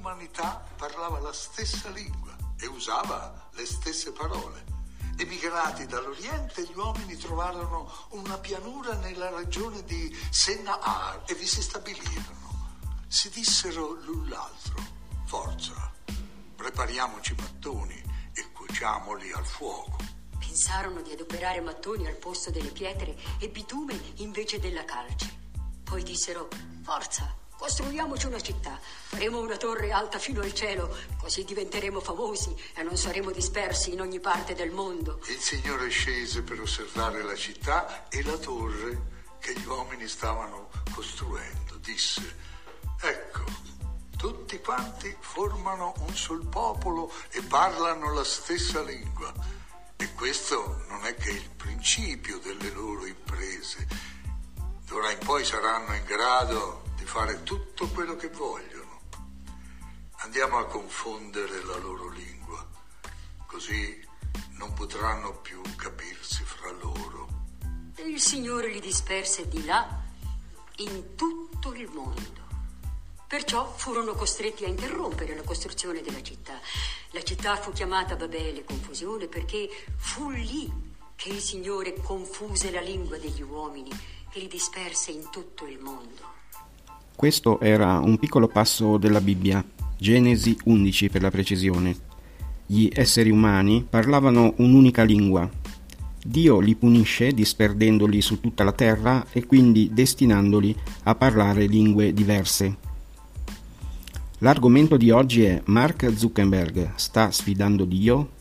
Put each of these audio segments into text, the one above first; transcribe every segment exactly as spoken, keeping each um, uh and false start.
l'umanità parlava la stessa lingua e usava le stesse parole. Emigrati dall'Oriente, gli uomini trovarono una pianura nella regione di Sennaar e vi si stabilirono. Si dissero l'un l'altro: forza, prepariamoci mattoni e cuociamoli al fuoco. Pensarono di adoperare mattoni al posto delle pietre e bitume invece della calce. Poi dissero: forza, costruiamoci una città, faremo una torre alta fino al cielo, così diventeremo famosi e non saremo dispersi in ogni parte del mondo. Il Signore scese per osservare la città e la torre che gli uomini stavano costruendo. Disse: ecco, tutti quanti formano un sol popolo e parlano la stessa lingua. E questo non è che il principio delle loro imprese. D'ora in poi saranno in grado di fare tutto quello che vogliono. Andiamo a confondere la loro lingua, così non potranno più capirsi fra loro. E il Signore li disperse di là in tutto il mondo. Perciò furono costretti a interrompere la costruzione della città. La città fu chiamata Babele, confusione, perché fu lì che il Signore confuse la lingua degli uomini e li disperse in tutto il mondo. Questo era un piccolo passo della Bibbia, Genesi undici per la precisione. Gli esseri umani parlavano un'unica lingua. Dio li punisce disperdendoli su tutta la terra e quindi destinandoli a parlare lingue diverse. L'argomento di oggi è: Mark Zuckerberg sta sfidando Dio?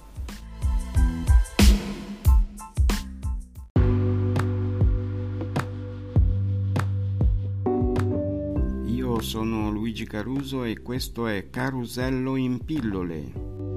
Io sono Luigi Caruso e questo è Carusello in pillole.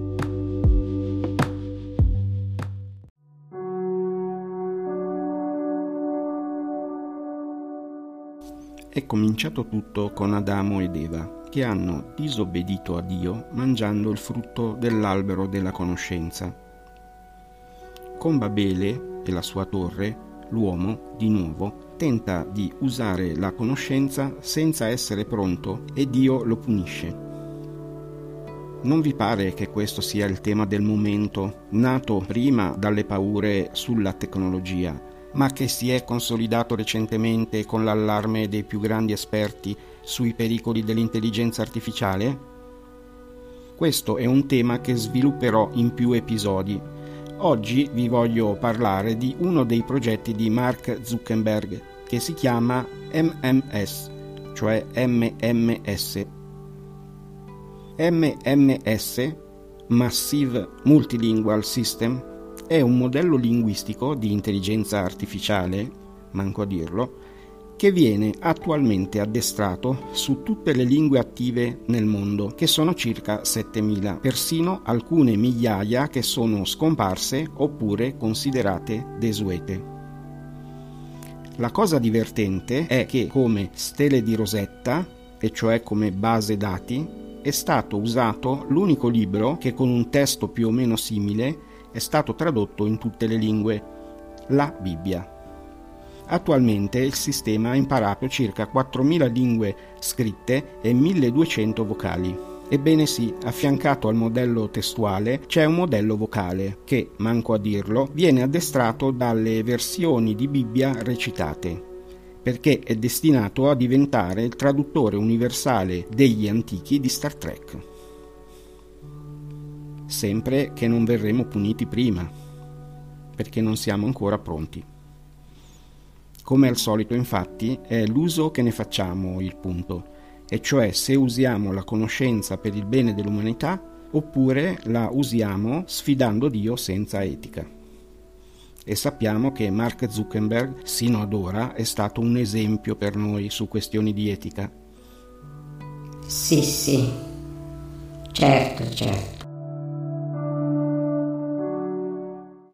È cominciato tutto con Adamo ed Eva, che hanno disobbedito a Dio mangiando il frutto dell'albero della conoscenza. Con Babele e la sua torre, l'uomo, di nuovo, tenta di usare la conoscenza senza essere pronto e Dio lo punisce. Non vi pare che questo sia il tema del momento, nato prima dalle paure sulla tecnologia, ma che si è consolidato recentemente con l'allarme dei più grandi esperti sui pericoli dell'intelligenza artificiale? Questo è un tema che svilupperò in più episodi. Oggi vi voglio parlare di uno dei progetti di Mark Zuckerberg, che si chiama M M S, cioè M M S. M M S, Massive Multilingual System, è un modello linguistico di intelligenza artificiale, manco a dirlo, che viene attualmente addestrato su tutte le lingue attive nel mondo, che sono circa settemila, persino alcune migliaia che sono scomparse oppure considerate desuete. La cosa divertente è che come stele di Rosetta, e cioè come base dati, è stato usato l'unico libro che con un testo più o meno simile è stato tradotto in tutte le lingue, la Bibbia. Attualmente il sistema ha imparato circa quattromila lingue scritte e milleduecento vocali. Ebbene sì, affiancato al modello testuale c'è un modello vocale che, manco a dirlo, viene addestrato dalle versioni di Bibbia recitate, perché è destinato a diventare il traduttore universale degli antichi di Star Trek. Sempre che non verremo puniti prima, perché non siamo ancora pronti. Come al solito, infatti, è l'uso che ne facciamo il punto, e cioè se usiamo la conoscenza per il bene dell'umanità oppure la usiamo sfidando Dio senza etica. E sappiamo che Mark Zuckerberg sino ad ora è stato un esempio per noi su questioni di etica. Sì, sì, certo, certo.